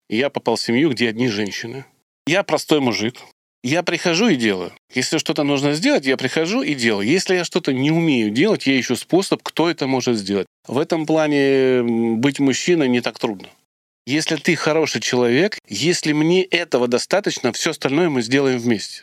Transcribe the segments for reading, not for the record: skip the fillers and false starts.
И я попал в семью, где одни женщины. Я простой мужик. Я прихожу и делаю. Если что-то нужно сделать, я прихожу и делаю. Если я что-то не умею делать, я ищу способ, кто это может сделать. В этом плане быть мужчиной не так трудно. Если ты хороший человек, если мне этого достаточно, все остальное мы сделаем вместе.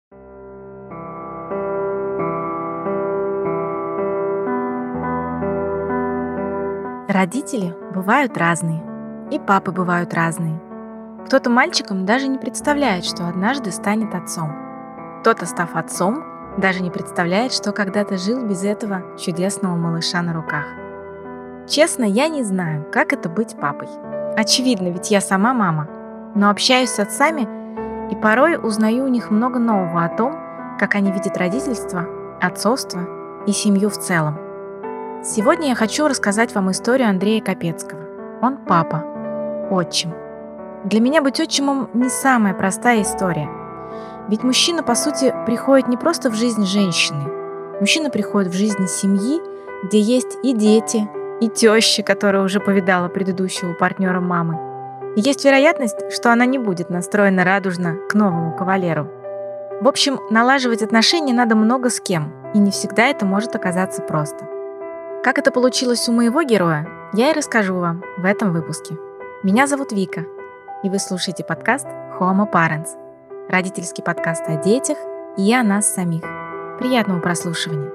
Родители бывают разные, и папы бывают разные. Кто-то мальчиком даже не представляет, что однажды станет отцом. Кто-то, став отцом, даже не представляет, что когда-то жил без этого чудесного малыша на руках. Честно, я не знаю, как это быть папой. Очевидно, ведь я сама мама. Но общаюсь с отцами и порой узнаю у них много нового о том, как они видят родительство, отцовство и семью в целом. Сегодня я хочу рассказать вам историю Андрея Капецкого. Он папа, отчим. Для меня быть отчимом не самая простая история. Ведь мужчина, по сути, приходит не просто в жизнь женщины. Мужчина приходит в жизнь семьи, где есть и дети, и теща, которая уже повидала предыдущего партнера мамы. И есть вероятность, что она не будет настроена радужно к новому кавалеру. В общем, налаживать отношения надо много с кем, и не всегда это может оказаться просто. Как это получилось у моего героя, я и расскажу вам в этом выпуске. Меня зовут Вика, и вы слушаете подкаст Homo Parents, родительский подкаст о детях и о нас самих. Приятного прослушивания.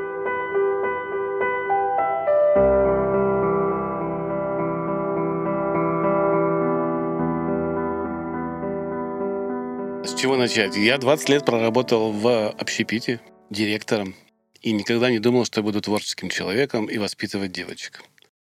С чего начать? Я 20 лет проработал в общепите директором и никогда не думал, что я буду творческим человеком и воспитывать девочек.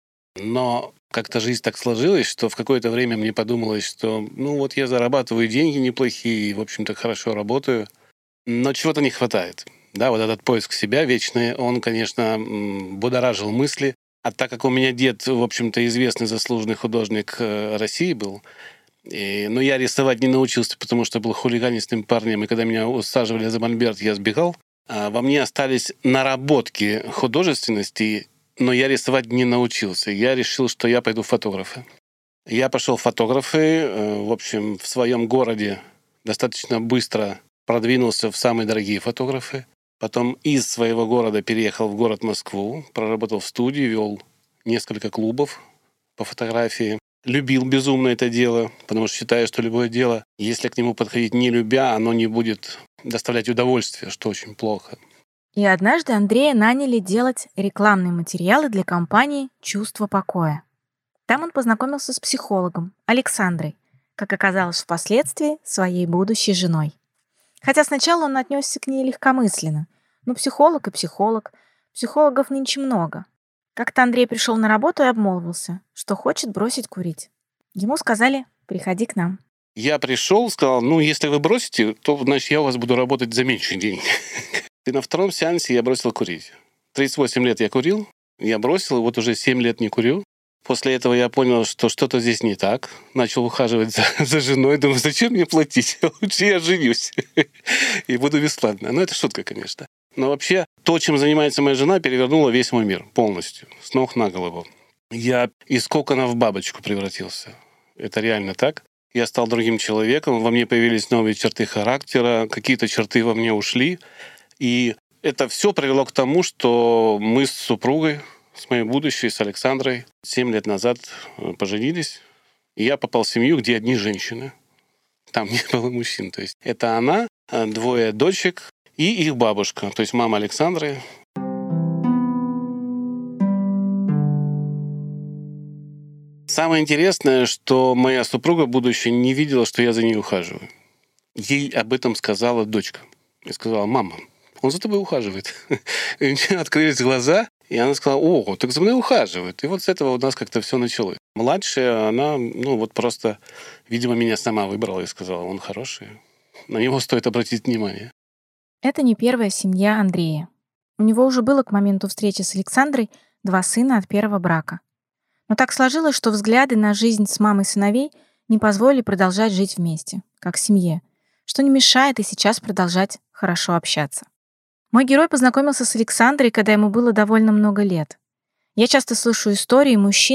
Но как-то жизнь так сложилась, что в какое-то время мне подумалось, что вот я зарабатываю деньги неплохие и, в общем-то, хорошо работаю, но чего-то не хватает. Да, вот этот поиск себя вечный, он, конечно, будоражил мысли. А так как у меня дед, в общем-то, известный заслуженный художник России был, но я рисовать не научился, потому что был хулиганистым парнем, и когда меня усаживали за мольберт, я сбегал. Во мне остались наработки художественности, но я рисовать не научился. Я решил, что я пойду в фотографы. Я пошел в фотографы. В общем, в своем городе достаточно быстро продвинулся в самые дорогие фотографы. Потом из своего города переехал в город Москву, проработал в студии, вел несколько клубов по фотографии. Любил безумно это дело, потому что считаю, что любое дело, если к нему подходить не любя, оно не будет доставлять удовольствие, что очень плохо. И однажды Андрея наняли делать рекламные материалы для компании «Чувство покоя». Там он познакомился с психологом Александрой, как оказалось впоследствии, своей будущей женой. Хотя сначала он отнесся к ней легкомысленно. Психолог и психолог. Психологов нынче много. Как-то Андрей пришел на работу и обмолвился, что хочет бросить курить. Ему сказали: «Приходи к нам». Я пришел, сказал: если вы бросите, то, значит, я у вас буду работать за меньшие деньги. И на втором сеансе я бросил курить. 38 лет я курил, я бросил, и вот уже 7 лет не курю. После этого я понял, что что-то здесь не так. Начал ухаживать за женой. Думаю, зачем мне платить? Лучше я женюсь и буду бесплатно. Это шутка, конечно. Но вообще, то, чем занимается моя жена, перевернуло весь мой мир полностью, с ног на голову. Я из кокона в бабочку превратился. Это реально так. Я стал другим человеком, во мне появились новые черты характера, какие-то черты во мне ушли. И это все привело к тому, что мы с супругой, с моей будущей, с Александрой, 7 лет назад поженились. И я попал в семью, где одни женщины. Там не было мужчин. То есть это она, 2 дочек и их бабушка, то есть мама Александры. Самое интересное, что моя супруга будущая не видела, что я за ней ухаживаю. Ей об этом сказала дочка. Я сказала: «Мама, он за тобой ухаживает». И у нее открылись глаза, и она сказала: «О, так за мной ухаживают». И вот с этого у нас как-то все началось. Младшая, она, просто, видимо, меня сама выбрала и сказала: «Он хороший, на него стоит обратить внимание». Это не первая семья Андрея. У него уже было к моменту встречи с Александрой 2 сына от первого брака. Но так сложилось, что взгляды на жизнь с мамой сыновей не позволили продолжать жить вместе, как семье, что не мешает и сейчас продолжать хорошо общаться. Мой герой познакомился с Александрой, когда ему было довольно много лет. Я часто слышу истории мужчин,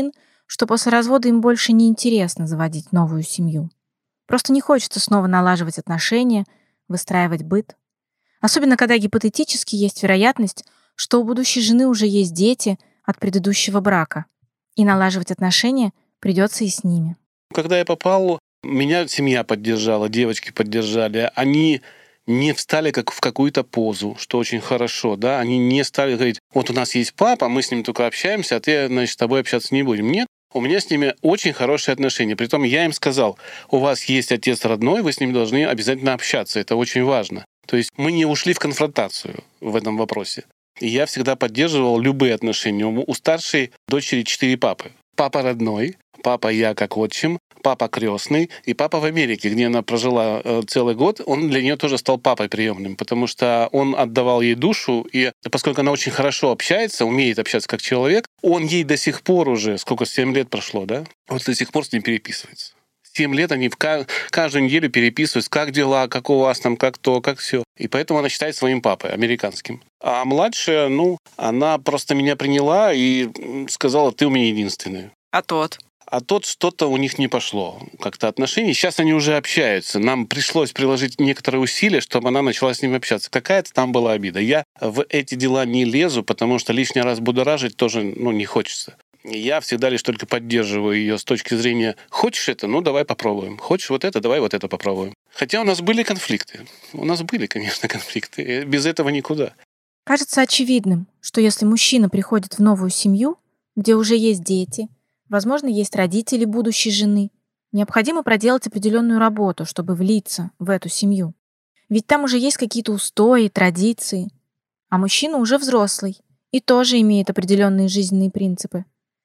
что после развода им больше не интересно заводить новую семью. Просто не хочется снова налаживать отношения, выстраивать быт. Особенно, когда гипотетически есть вероятность, что у будущей жены уже есть дети от предыдущего брака, и налаживать отношения придется и с ними. Когда я попал, меня семья поддержала, девочки поддержали. Они не встали как в какую-то позу, что очень хорошо, да. Они не стали говорить: вот у нас есть папа, мы с ним только общаемся, а ты, значит, с тобой общаться не будем. Нет, у меня с ними очень хорошие отношения. Притом я им сказал: у вас есть отец родной, вы с ним должны обязательно общаться, это очень важно. То есть мы не ушли в конфронтацию в этом вопросе. И я всегда поддерживал любые отношения. У старшей дочери 4 папы. Папа родной, папа я как отчим, папа крестный и папа в Америке, где она прожила целый год. Он для нее тоже стал папой приемным, потому что он отдавал ей душу, и поскольку она очень хорошо общается, умеет общаться как человек, он ей до сих пор уже, 7 лет прошло, да, вот до сих пор с ним переписывается. 7 лет они каждую неделю переписываются, как дела, как у вас там, как то, как все. И поэтому она считает своим папой, американским. А младшая, она просто меня приняла и сказала: ты у меня единственная. А тот? А тот что-то у них не пошло, как-то отношения. Сейчас они уже общаются. Нам пришлось приложить некоторые усилия, чтобы она начала с ним общаться. Какая-то там была обида. Я в эти дела не лезу, потому что лишний раз будоражить тоже не хочется. Я всегда лишь только поддерживаю ее с точки зрения: хочешь это, давай попробуем. Хочешь вот это, давай вот это попробуем. Хотя у нас были конфликты. У нас были, конечно, конфликты. Без этого никуда. Кажется очевидным, что если мужчина приходит в новую семью, где уже есть дети, возможно, есть родители будущей жены, необходимо проделать определенную работу, чтобы влиться в эту семью. Ведь там уже есть какие-то устои, традиции. А мужчина уже взрослый и тоже имеет определенные жизненные принципы.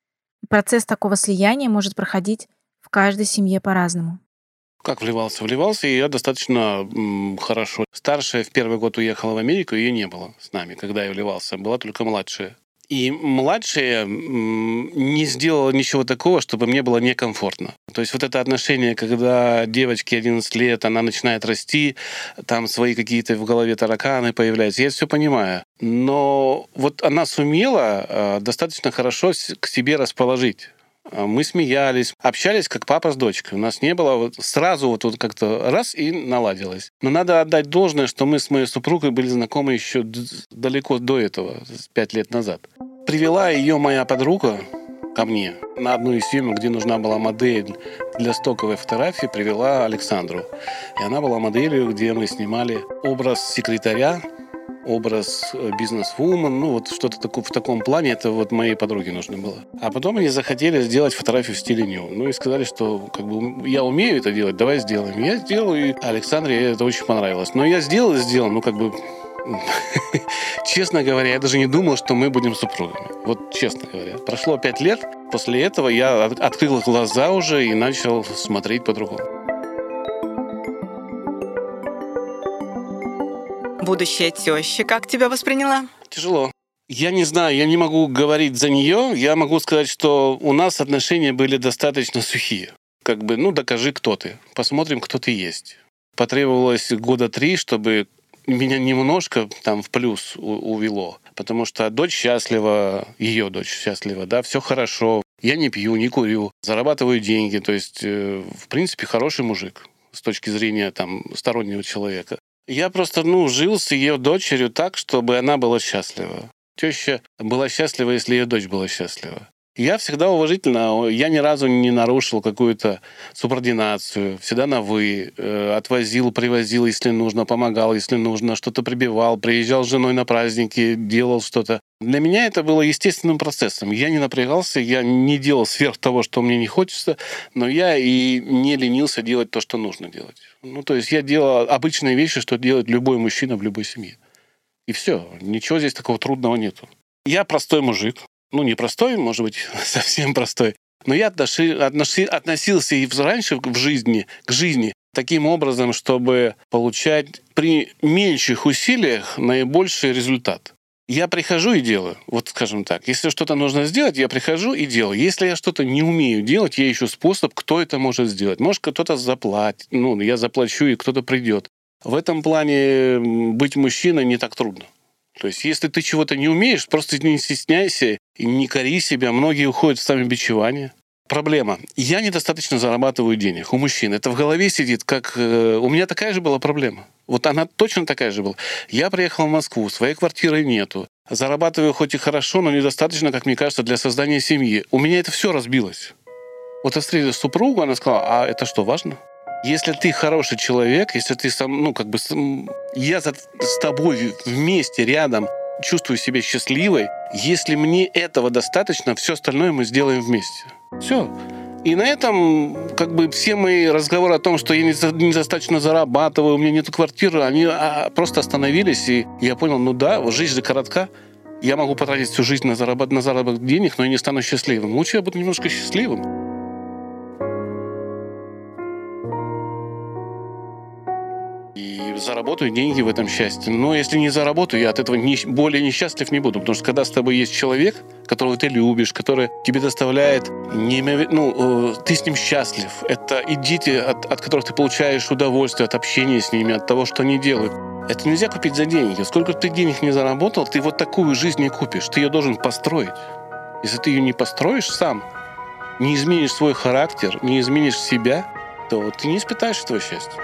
И процесс такого слияния может проходить в каждой семье по-разному. Как вливался? Вливался, и я достаточно хорошо. Старшая в первый год уехала в Америку, ее не было с нами, когда я вливался. Была только младшая. И младшая не сделала ничего такого, чтобы мне было некомфортно. То есть вот это отношение, когда девочке 11 лет, она начинает расти, там свои какие-то в голове тараканы появляются, я все понимаю. Но вот она сумела достаточно хорошо к себе расположить. Мы смеялись, общались как папа с дочкой. У нас не было сразу как-то раз и наладилось. Но надо отдать должное, что мы с моей супругой были знакомы еще далеко до этого, 5 лет назад. Привела ее моя подруга ко мне на одну из съемок, где нужна была модель для стоковой фотографии, привела Александру. И она была моделью, где мы снимали образ секретаря, образ бизнес-вумен, что-то такое в таком плане, это моей подруге нужно было. А потом они захотели сделать фотографию в стиле ню. И сказали, что я умею это делать, давай сделаем. Я сделал, и Александре это очень понравилось. Но я сделал, честно говоря, я даже не думал, что мы будем супругами. Честно говоря. Прошло 5 лет, после этого я открыл глаза уже и начал смотреть по-другому. Будущая теща как тебя восприняла? Тяжело. Я не знаю, я не могу говорить за нее. Я могу сказать, что у нас отношения были достаточно сухие. Докажи, кто ты. Посмотрим, кто ты есть. Потребовалось 3 года, чтобы меня немножко в плюс увело. Потому что дочь счастлива, ее дочь счастлива, да, все хорошо. Я не пью, не курю, зарабатываю деньги. То есть, в принципе, хороший мужик с точки зрения стороннего человека. Я просто, жил с ее дочерью так, чтобы она была счастлива. Теща была счастлива, если ее дочь была счастлива. Я всегда уважительно, я ни разу не нарушил какую-то субординацию, всегда на «вы», отвозил, привозил, если нужно, помогал, если нужно, что-то прибивал, приезжал с женой на праздники, делал что-то. Для меня это было естественным процессом. Я не напрягался, я не делал сверх того, что мне не хочется, но я и не ленился делать то, что нужно делать. То есть я делал обычные вещи, что делает любой мужчина в любой семье. И все, ничего здесь такого трудного нету. Я простой мужик. Не простой, может быть, совсем простой. Но я относился и раньше к жизни таким образом, чтобы получать при меньших усилиях наибольший результат. Я прихожу и делаю. Скажем так. Если что-то нужно сделать, я прихожу и делаю. Если я что-то не умею делать, я ищу способ, кто это может сделать. Может, кто-то заплатит. Я заплачу, и кто-то придет. В этом плане быть мужчиной не так трудно. То есть, если ты чего-то не умеешь, просто не стесняйся и не кори себя. Многие уходят в самобичевание. проблема. Я недостаточно зарабатываю денег. У мужчин это в голове сидит, как... У меня такая же была проблема. Вот она точно такая же была. Я приехал в Москву, своей квартиры нету. Зарабатываю хоть и хорошо, но недостаточно, как мне кажется, для создания семьи. У меня это все разбилось. Вот я встретил супругу, она сказала, а это что, важно? Если ты хороший человек, если ты сам, я с тобой вместе, рядом, чувствую себя счастливой, если мне этого достаточно, все остальное мы сделаем вместе. Все. И на этом все мои разговоры о том, что я недостаточно зарабатываю, у меня нет квартиры, они просто остановились, и я понял, жизнь же коротка. Я могу потратить всю жизнь на заработок денег, но я не стану счастливым. Лучше я буду немножко счастливым. И заработаю деньги в этом счастье. Но если не заработаю, я от этого более несчастлив не буду. Потому что когда с тобой есть человек, которого ты любишь, который тебе доставляет... ты с ним счастлив. Это и дети, от которых ты получаешь удовольствие от общения с ними, от того, что они делают. Это нельзя купить за деньги. Сколько ты денег не заработал, ты вот такую жизнь не купишь. Ты ее должен построить. Если ты ее не построишь сам, не изменишь свой характер, не изменишь себя, то ты не испытаешь этого счастья.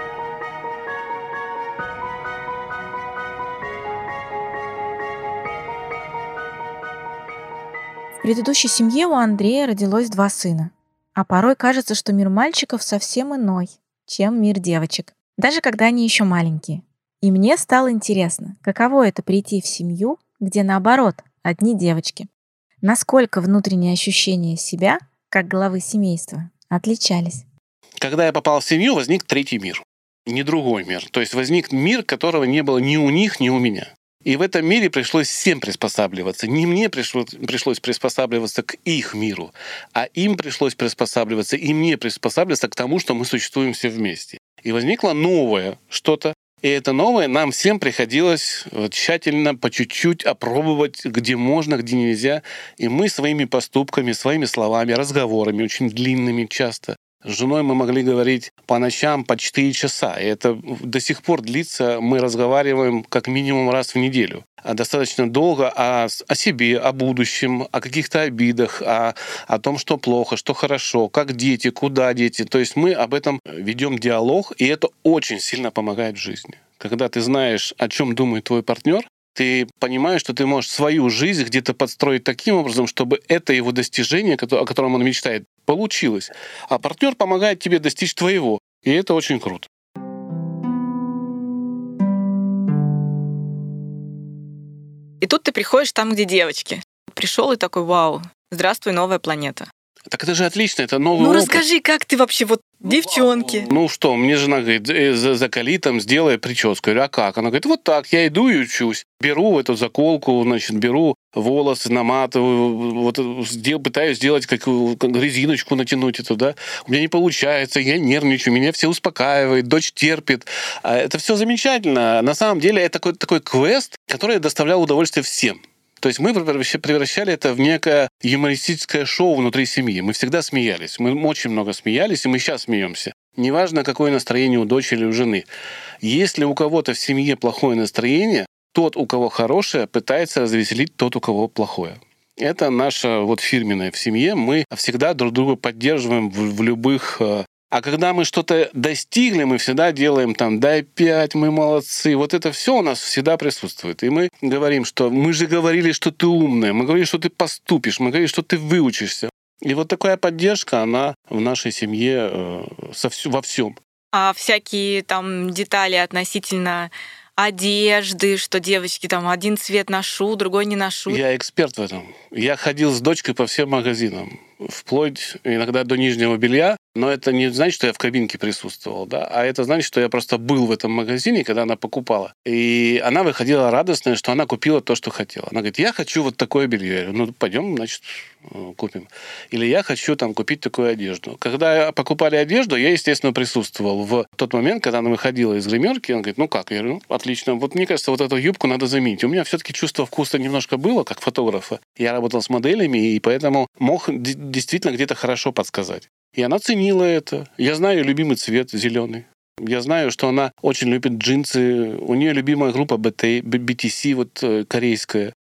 В предыдущей семье у Андрея родилось 2 сына. А порой кажется, что мир мальчиков совсем иной, чем мир девочек, даже когда они еще маленькие. И мне стало интересно, каково это прийти в семью, где наоборот, одни девочки. Насколько внутренние ощущения себя, как главы семейства, отличались. Когда я попал в семью, возник третий мир, не другой мир. То есть возник мир, которого не было ни у них, ни у меня. И в этом мире пришлось всем приспосабливаться. Не мне пришлось приспосабливаться к их миру, а им пришлось приспосабливаться, и мне приспосабливаться к тому, что мы существуем все вместе. И возникло новое что-то. И это новое нам всем приходилось тщательно, по чуть-чуть опробовать, где можно, где нельзя. И мы своими поступками, своими словами, разговорами, очень длинными часто, с женой мы могли говорить по ночам по 4 часа. И это до сих пор длится. Мы разговариваем как минимум раз в неделю. Достаточно долго о себе, о будущем, о каких-то обидах, о том, что плохо, что хорошо, как дети, куда дети. То есть мы об этом ведем диалог, и это очень сильно помогает в жизни. Когда ты знаешь, о чем думает твой партнер, ты понимаешь, что ты можешь свою жизнь где-то подстроить таким образом, чтобы это его достижение, о котором он мечтает, получилось. А партнер помогает тебе достичь твоего. И это очень круто. И тут ты приходишь там, где девочки. Пришел и такой, вау, здравствуй, новая планета. Так это же отлично, это новый опыт. Расскажи, как ты вообще, девчонки? Мне жена говорит, закали там, сделай прическу. Я говорю, а как? Она говорит, вот так, я иду и учусь. Беру эту заколку, беру волосы, наматываю, пытаюсь сделать как резиночку натянуть эту, да. У меня не получается, я нервничаю, меня все успокаивает, дочь терпит. Это все замечательно. На самом деле это такой квест, который доставлял удовольствие всем. То есть мы превращали это в некое юмористическое шоу внутри семьи. Мы всегда смеялись. Мы очень много смеялись, и мы сейчас смеемся. Неважно, какое настроение у дочери или у жены. Если у кого-то в семье плохое настроение, тот, у кого хорошее, пытается развеселить тот, у кого плохое. Это наше фирменное в семье. Мы всегда друг друга поддерживаем в любых... А когда мы что-то достигли, мы всегда делаем дай 5, мы молодцы. Вот это все у нас всегда присутствует. И мы говорим, что мы же говорили, что ты умная, мы говорили, что ты поступишь, мы говорили, что ты выучишься. И вот такая поддержка, она в нашей семье во всем. А всякие детали относительно одежды, что девочки один цвет ношу, другой не ношу. Я эксперт в этом. Я ходил с дочкой по всем магазинам, вплоть иногда до нижнего белья, но это не значит, что я в кабинке присутствовал, да, а это значит, что я просто был в этом магазине, когда она покупала. И она выходила радостная, что она купила то, что хотела. Она говорит, я хочу такое белье. Я говорю, пойдем, купим. Или я хочу купить такую одежду. Когда покупали одежду, я, естественно, присутствовал в тот момент, когда она выходила из гримерки. Она говорит, как? Я говорю, отлично. Мне кажется, эту юбку надо заменить. У меня все-таки чувство вкуса немножко было, как фотографа. Я работал с моделями, и поэтому мог действительно где-то хорошо подсказать. И она ценила это. Я знаю ее любимый цвет зеленый. Я знаю, что она очень любит джинсы. У нее любимая группа BTS, корейская.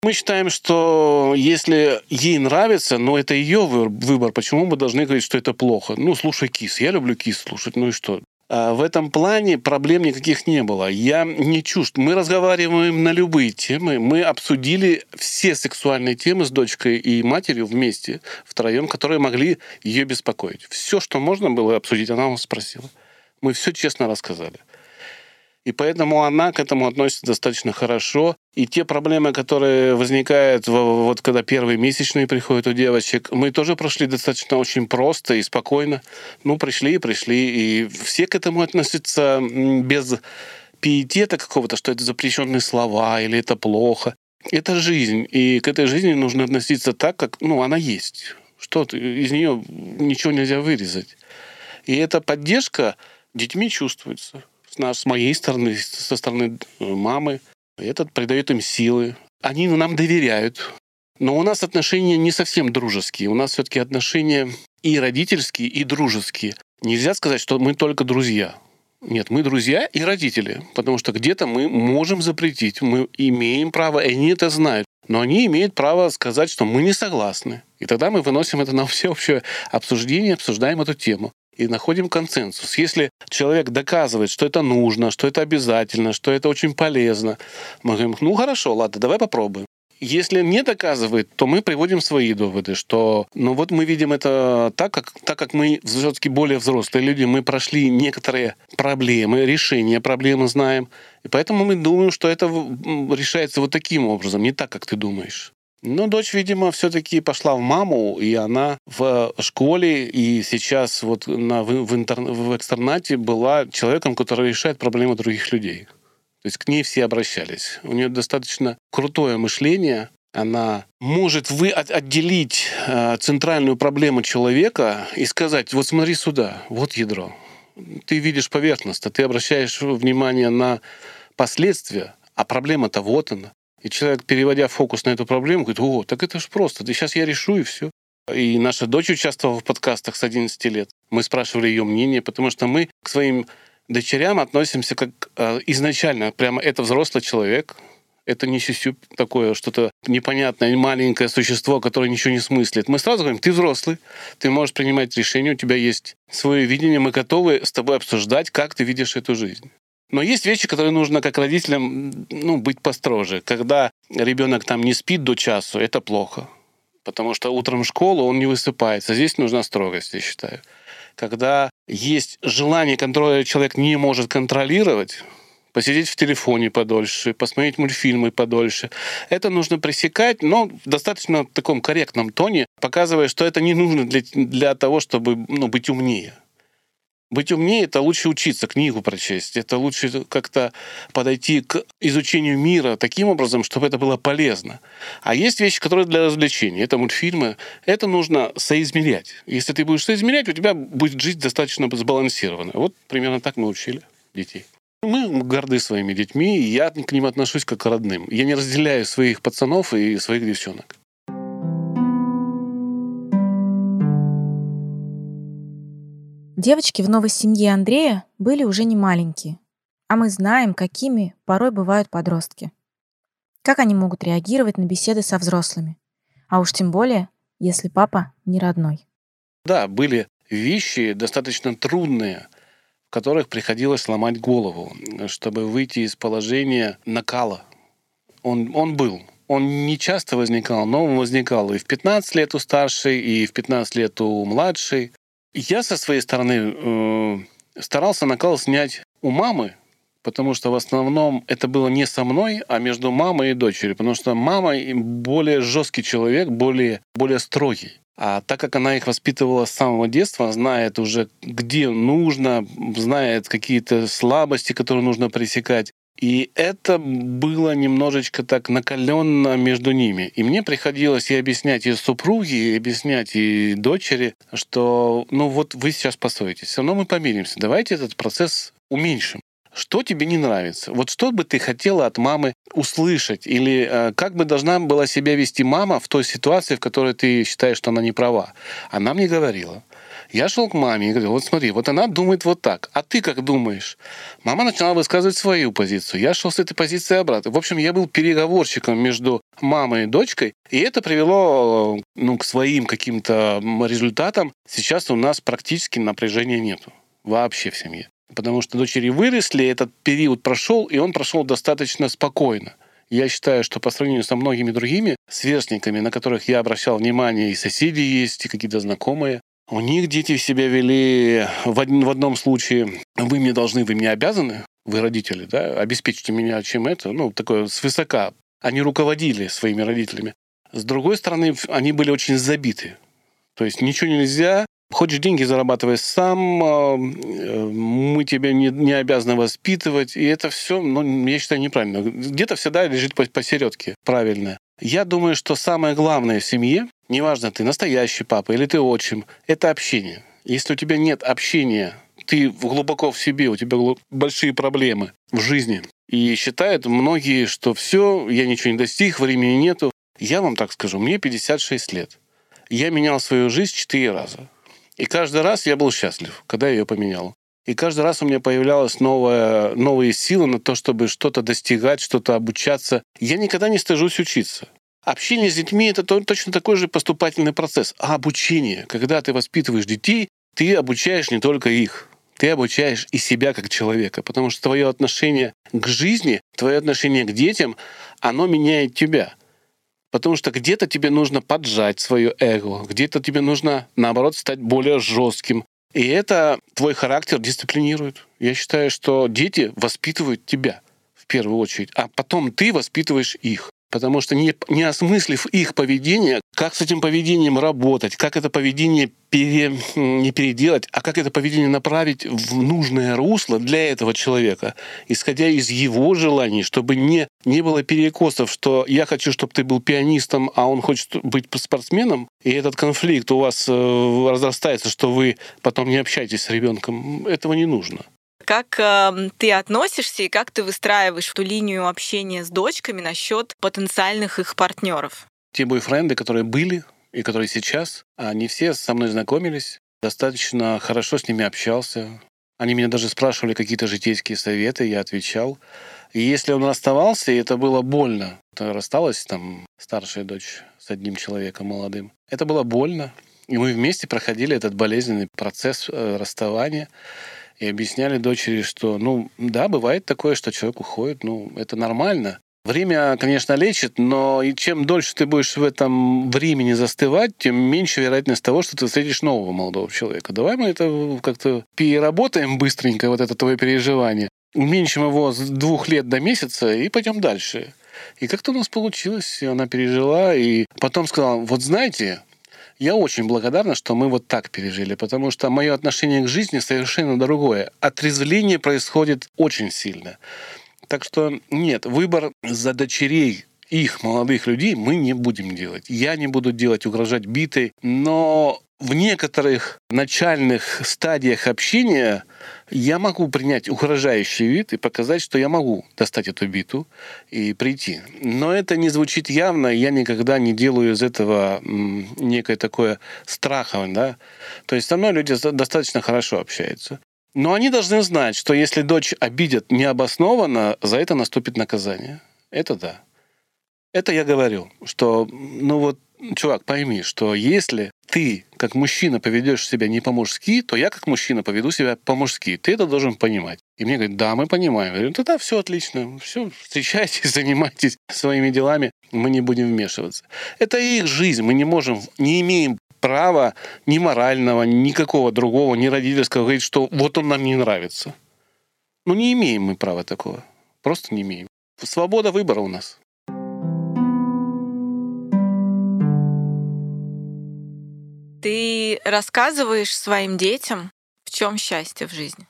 Мы считаем, что если ей нравится, но это ее выбор, почему мы должны говорить, что это плохо? Ну, слушай Кис, я люблю Кис слушать, ну и что? В этом плане проблем никаких не было. Я не чужд. Мы разговариваем на любые темы. Мы обсудили все сексуальные темы с дочкой и матерью вместе, втроем, которые могли ее беспокоить. Все, что можно было обсудить, она нас спросила. Мы все честно рассказали. И поэтому она к этому относится достаточно хорошо. И те проблемы, которые возникают, вот когда первые месячные приходят у девочек, мы тоже прошли достаточно очень просто и спокойно. Ну, пришли. И все к этому относятся без пиетета какого-то, что это запрещенные слова или это плохо. Это жизнь. И к этой жизни нужно относиться так, как она есть. Что-то из нее ничего нельзя вырезать. И эта поддержка детьми чувствуется. С моей стороны, со стороны мамы. Это придает им силы. Они нам доверяют. Но у нас отношения не совсем дружеские. У нас все-таки отношения и родительские, и дружеские. Нельзя сказать, что мы только друзья. Нет, мы друзья и родители. Потому что где-то мы можем запретить. Мы имеем право, и они это знают. Но они имеют право сказать, что мы не согласны. И тогда мы выносим это на всеобщее обсуждение, обсуждаем эту тему. И находим консенсус. Если человек доказывает, что это нужно, что это обязательно, что это очень полезно, мы говорим, хорошо, ладно, давай попробуем. Если не доказывает, то мы приводим свои доводы, что вот мы видим это так как мы все-таки более взрослые люди, мы прошли некоторые проблемы, решения проблемы знаем, и поэтому мы думаем, что это решается вот таким образом, не так, как ты думаешь. Но дочь, видимо, все-таки пошла в маму, и она в школе и сейчас в экстернате была человеком, который решает проблемы других людей. То есть к ней все обращались. У нее достаточно крутое мышление. Она может отделить центральную проблему человека и сказать, вот смотри сюда, вот ядро. Ты видишь поверхностно, ты обращаешь внимание на последствия, а проблема-то вот она. И человек, переводя фокус на эту проблему, говорит, так это же просто, сейчас я решу, и все. И наша дочь участвовала в подкастах с 11 лет. Мы спрашивали ее мнение, потому что мы к своим дочерям относимся как изначально. Прямо это взрослый человек, это не сюсю такое, что-то непонятное, маленькое существо, которое ничего не смыслит. Мы сразу говорим, ты взрослый, ты можешь принимать решения, у тебя есть свое видение, мы готовы с тобой обсуждать, как ты видишь эту жизнь. Но есть вещи, которые нужно как родителям быть построже. Когда ребенок там не спит до часу, это плохо. Потому что утром в школу он не высыпается. Здесь нужна строгость, я считаю. Когда есть желание, которое человек не может контролировать, посидеть в телефоне подольше, посмотреть мультфильмы подольше, это нужно пресекать, но в достаточно таком корректном тоне, показывая, что это не нужно для того, чтобы быть умнее. Быть умнее — это лучше учиться, книгу прочесть. Это лучше как-то подойти к изучению мира таким образом, чтобы это было полезно. А есть вещи, которые для развлечения. Это мультфильмы. Это нужно соизмерять. Если ты будешь соизмерять, у тебя будет жизнь достаточно сбалансирована. Вот примерно так мы учили детей. Мы горды своими детьми, и я к ним отношусь как к родным. Я не разделяю своих пацанов и своих девчонок. Девочки в новой семье Андрея были уже не маленькие, а мы знаем, какими порой бывают подростки. Как они могут реагировать на беседы со взрослыми, а уж тем более, если папа не родной. Да, были вещи достаточно трудные, в которых приходилось ломать голову, чтобы выйти из положения накала. Он был. Он не часто возникал, но он возникал и в 15 лет у старшей, и в 15 лет у младшей. Я со своей стороны старался накал снять у мамы, потому что в основном это было не со мной, а между мамой и дочерью, потому что мама более жесткий человек, более строгий. А так как она их воспитывала с самого детства, знает уже, где нужно, знает какие-то слабости, которые нужно пресекать. И это было немножечко так накаленно между ними. И мне приходилось и объяснять и супруге, и объяснять и дочери, что вот вы сейчас поссоритесь, все равно мы помиримся. Давайте этот процесс уменьшим. Что тебе не нравится? Вот что бы ты хотела от мамы услышать? Или как бы должна была себя вести мама в той ситуации, в которой ты считаешь, что она не права? Она мне говорила. Я шел к маме и говорил, вот смотри, вот она думает вот так, а ты как думаешь? Мама начала высказывать свою позицию. Я шел с этой позиции обратно. В общем, я был переговорщиком между мамой и дочкой, и это привело к своим каким-то результатам. Сейчас у нас практически напряжения нету вообще в семье. Потому что дочери выросли, этот период прошел, и он прошел достаточно спокойно. Я считаю, что по сравнению со многими другими сверстниками, на которых я обращал внимание, и соседи есть, и какие-то знакомые, у них дети себя вели в одном случае: вы мне должны, вы мне обязаны, вы родители, да, обеспечьте меня чем это, такое свысока. Они руководили своими родителями. С другой стороны, они были очень забиты. То есть ничего нельзя, хочешь деньги зарабатывай сам, мы тебя не обязаны воспитывать, и это все, я считаю, неправильно. Где-то всегда лежит посередке правильно. Я думаю, что самое главное в семье, неважно, ты настоящий папа или ты отчим, это общение. Если у тебя нет общения, ты глубоко в себе, у тебя большие проблемы в жизни. И считают многие, что все, я ничего не достиг, времени нету. Я вам так скажу, мне 56 лет. Я менял свою жизнь 4 раза. И каждый раз я был счастлив, когда я ее поменял. И каждый раз у меня появлялись новые силы на то, чтобы что-то достигать, что-то обучаться. Я никогда не стыжусь учиться. Общение с детьми — это точно такой же поступательный процесс. А обучение, когда ты воспитываешь детей, ты обучаешь не только их. Ты обучаешь и себя как человека. Потому что твое отношение к жизни, твое отношение к детям, оно меняет тебя. Потому что где-то тебе нужно поджать свое эго, где-то тебе нужно, наоборот, стать более жестким. И это твой характер дисциплинирует. Я считаю, что дети воспитывают тебя в первую очередь, а потом ты воспитываешь их. Потому что не осмыслив их поведение, как с этим поведением работать, как это поведение не переделать, а как это поведение направить в нужное русло для этого человека, исходя из его желаний, чтобы не было перекосов, что я хочу, чтобы ты был пианистом, а он хочет быть спортсменом, и этот конфликт у вас разрастается, что вы потом не общаетесь с ребенком. Этого не нужно. Как ты относишься и как ты выстраиваешь эту линию общения с дочками насчет потенциальных их партнеров? Те бойфренды, которые были и которые сейчас, они все со мной знакомились, достаточно хорошо с ними общался. Они меня даже спрашивали какие-то житейские советы, я отвечал. И если он расставался, и это было больно, рассталась старшая дочь с одним человеком молодым, это было больно. И мы вместе проходили этот болезненный процесс расставания. И объясняли дочери, что, да, бывает такое, что человек уходит, это нормально. Время, конечно, лечит, но и чем дольше ты будешь в этом времени застывать, тем меньше вероятность того, что ты встретишь нового молодого человека. Давай мы это как-то переработаем быстренько, вот это твое переживание, уменьшим его с 2 лет до месяца и пойдем дальше. И как-то у нас получилось, она пережила, и потом сказала, вот знаете, я очень благодарна, что мы вот так пережили, потому что мое отношение к жизни совершенно другое. Отрезвление происходит очень сильно. Так что нет, выбор за дочерей их молодых людей мы не будем делать. Я не буду угрожать битой, но в некоторых начальных стадиях общения я могу принять угрожающий вид и показать, что я могу достать эту биту и прийти. Но это не звучит явно, я никогда не делаю из этого некое такое страховое. Да? То есть со мной люди достаточно хорошо общаются. Но они должны знать, что если дочь обидят необоснованно, за это наступит наказание. Это да. Это я говорю, что, чувак, пойми, что если ты, как мужчина, поведешь себя не по-мужски, то я, как мужчина, поведу себя по-мужски. Ты это должен понимать. И мне говорят, да, мы понимаем. Я говорю, тогда все отлично. Все, встречайтесь, занимайтесь своими делами. Мы не будем вмешиваться. Это их жизнь. Мы не имеем права ни морального, никакого другого, ни родительского говорить, что вот он нам не нравится. Не имеем мы права такого. Просто не имеем. Свобода выбора у нас. Ты рассказываешь своим детям, в чем счастье в жизни?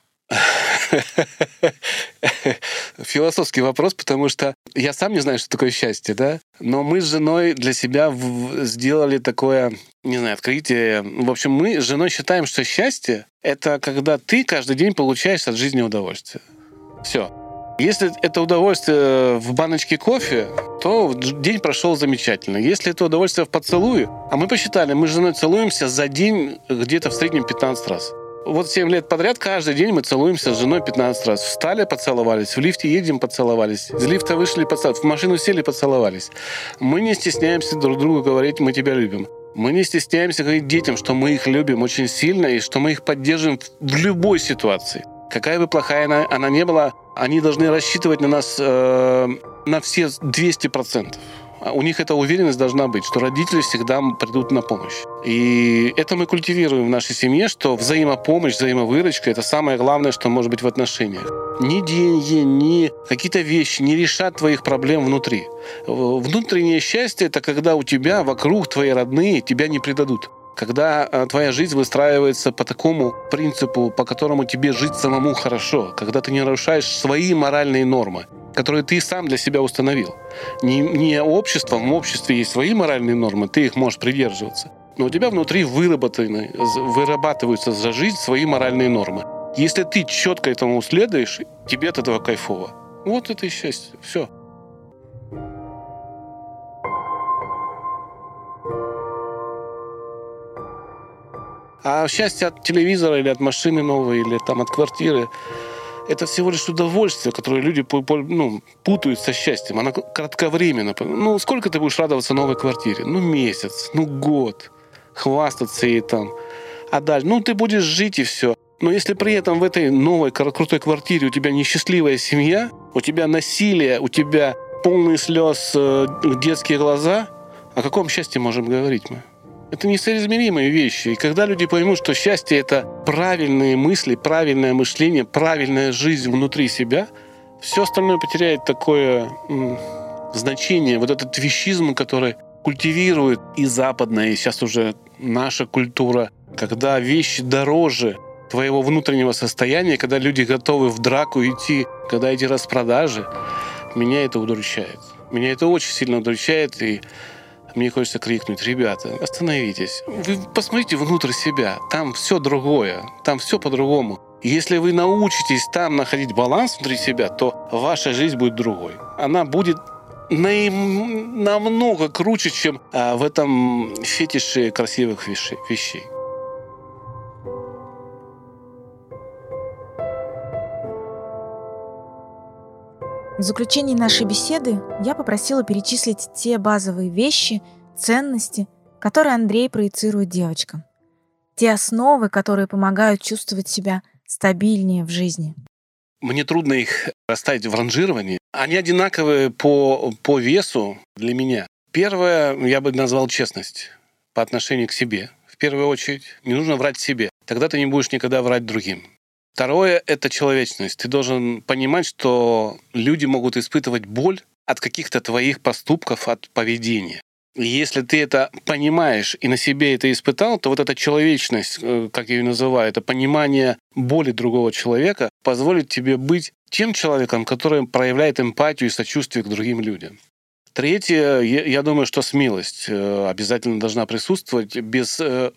Философский вопрос, потому что я сам не знаю, что такое счастье, да? Но мы с женой для себя сделали такое, открытие. В общем, мы с женой считаем, что счастье — это когда ты каждый день получаешь от жизни удовольствие. Все. Если это удовольствие в баночке кофе, то день прошел замечательно. Если это удовольствие в поцелуе, а мы посчитали, мы с женой целуемся за день где-то в среднем 15 раз. Вот 7 лет подряд каждый день мы целуемся с женой 15 раз. Встали, поцеловались, в лифте едем, поцеловались, из лифта вышли, поцеловались, в машину сели, поцеловались. Мы не стесняемся друг другу говорить «мы тебя любим». Мы не стесняемся говорить детям, что мы их любим очень сильно и что мы их поддерживаем в любой ситуации. Какая бы плохая она ни была, они должны рассчитывать на нас на все 200%. У них эта уверенность должна быть, что родители всегда придут на помощь. И это мы культивируем в нашей семье, что взаимопомощь, взаимовыручка — это самое главное, что может быть в отношениях. Ни деньги, ни какие-то вещи не решат твоих проблем внутри. Внутреннее счастье — это когда у тебя вокруг твои родные тебя не предадут. Когда твоя жизнь выстраивается по такому принципу, по которому тебе жить самому хорошо, когда ты не нарушаешь свои моральные нормы, которые ты сам для себя установил. Не обществом, в обществе есть свои моральные нормы, ты их можешь придерживаться, но у тебя внутри вырабатываются за жизнь свои моральные нормы. Если ты четко этому следуешь, тебе от этого кайфово. Вот это и счастье. Все. А счастье от телевизора или от машины новой, или там от квартиры — это всего лишь удовольствие, которое люди путают со счастьем. Оно кратковременно. Сколько ты будешь радоваться новой квартире? Месяц, год. Хвастаться ей там. А дальше, ты будешь жить и все. Но если при этом в этой новой крутой квартире у тебя несчастливая семья, у тебя насилие, у тебя полные слез детские глаза, о каком счастье можем говорить мы? Это несоизмеримые вещи. И когда люди поймут, что счастье — это правильные мысли, правильное мышление, правильная жизнь внутри себя, все остальное потеряет такое значение. Вот этот вещизм, который культивирует и западная, и сейчас уже наша культура, когда вещи дороже твоего внутреннего состояния, когда люди готовы в драку идти, когда эти распродажи, меня это удручает. Меня это очень сильно удручает, и мне хочется крикнуть: ребята, остановитесь. Вы посмотрите внутрь себя. Там все другое. Там все по-другому. И если вы научитесь там находить баланс внутри себя, то ваша жизнь будет другой. Она будет намного круче, чем в этом фетише красивых вещей. В заключении нашей беседы я попросила перечислить те базовые вещи, ценности, которые Андрей проецирует девочкам. Те основы, которые помогают чувствовать себя стабильнее в жизни. Мне трудно их расставить в ранжировании. Они одинаковые по весу для меня. Первое, я бы назвал честность по отношению к себе. В первую очередь, не нужно врать себе. Тогда ты не будешь никогда врать другим. Второе — это человечность. Ты должен понимать, что люди могут испытывать боль от каких-то твоих поступков, от поведения. И если ты это понимаешь и на себе это испытал, то вот эта человечность, как я ее называю, это понимание боли другого человека, позволит тебе быть тем человеком, который проявляет эмпатию и сочувствие к другим людям. Третье, я думаю, что смелость обязательно должна присутствовать. Без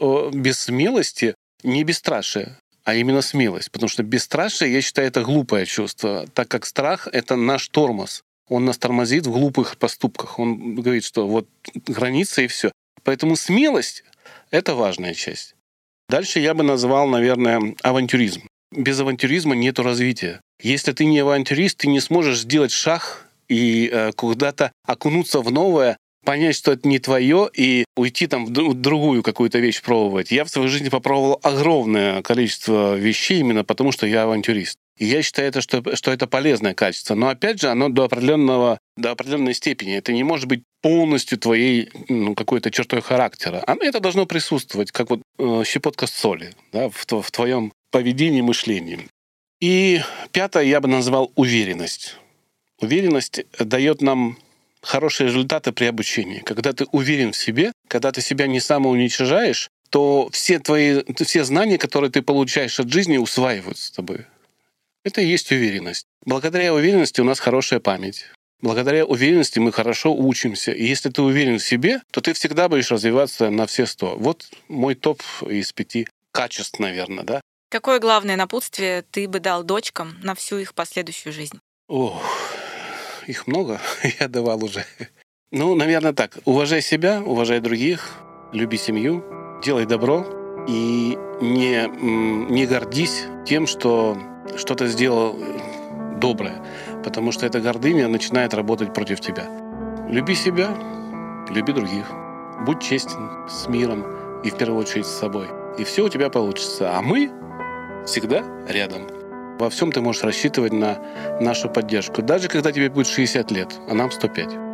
смелости не бесстрашие, а именно смелость. Потому что бесстрашие, я считаю, это глупое чувство, так как страх — это наш тормоз. Он нас тормозит в глупых поступках. Он говорит, что вот граница и все. Поэтому смелость — это важная часть. Дальше я бы назвал, наверное, авантюризм. Без авантюризма нету развития. Если ты не авантюрист, ты не сможешь сделать шаг и куда-то окунуться в новое, понять, что это не твое, и уйти там в другую какую-то вещь пробовать. Я в своей жизни попробовал огромное количество вещей именно потому, что я авантюрист. И я считаю, что это полезное качество. Но опять же, оно до определенной степени. Это не может быть полностью твоей какой-то чертой характера. Это должно присутствовать, как вот щепотка соли, да, в твоем поведении, мышлении. И пятое я бы назвал уверенность. Уверенность дает нам хорошие результаты при обучении. Когда ты уверен в себе, когда ты себя не самоуничижаешь, то все знания, которые ты получаешь от жизни, усваиваются с тобой. Это и есть уверенность. Благодаря уверенности у нас хорошая память. Благодаря уверенности мы хорошо учимся. И если ты уверен в себе, то ты всегда будешь развиваться на все 100. Вот мой топ из 5 качеств, наверное, да? Какое главное напутствие ты бы дал дочкам на всю их последующую жизнь? Ох, их много, я давал уже. Ну, наверное, так. Уважай себя, уважай других, люби семью, делай добро и не гордись тем, что что-то сделал доброе, потому что эта гордыня начинает работать против тебя. Люби себя, люби других. Будь честен с миром и в первую очередь с собой. И все у тебя получится. А мы всегда рядом. Во всем ты можешь рассчитывать на нашу поддержку. Даже когда тебе будет 60 лет, а нам 105.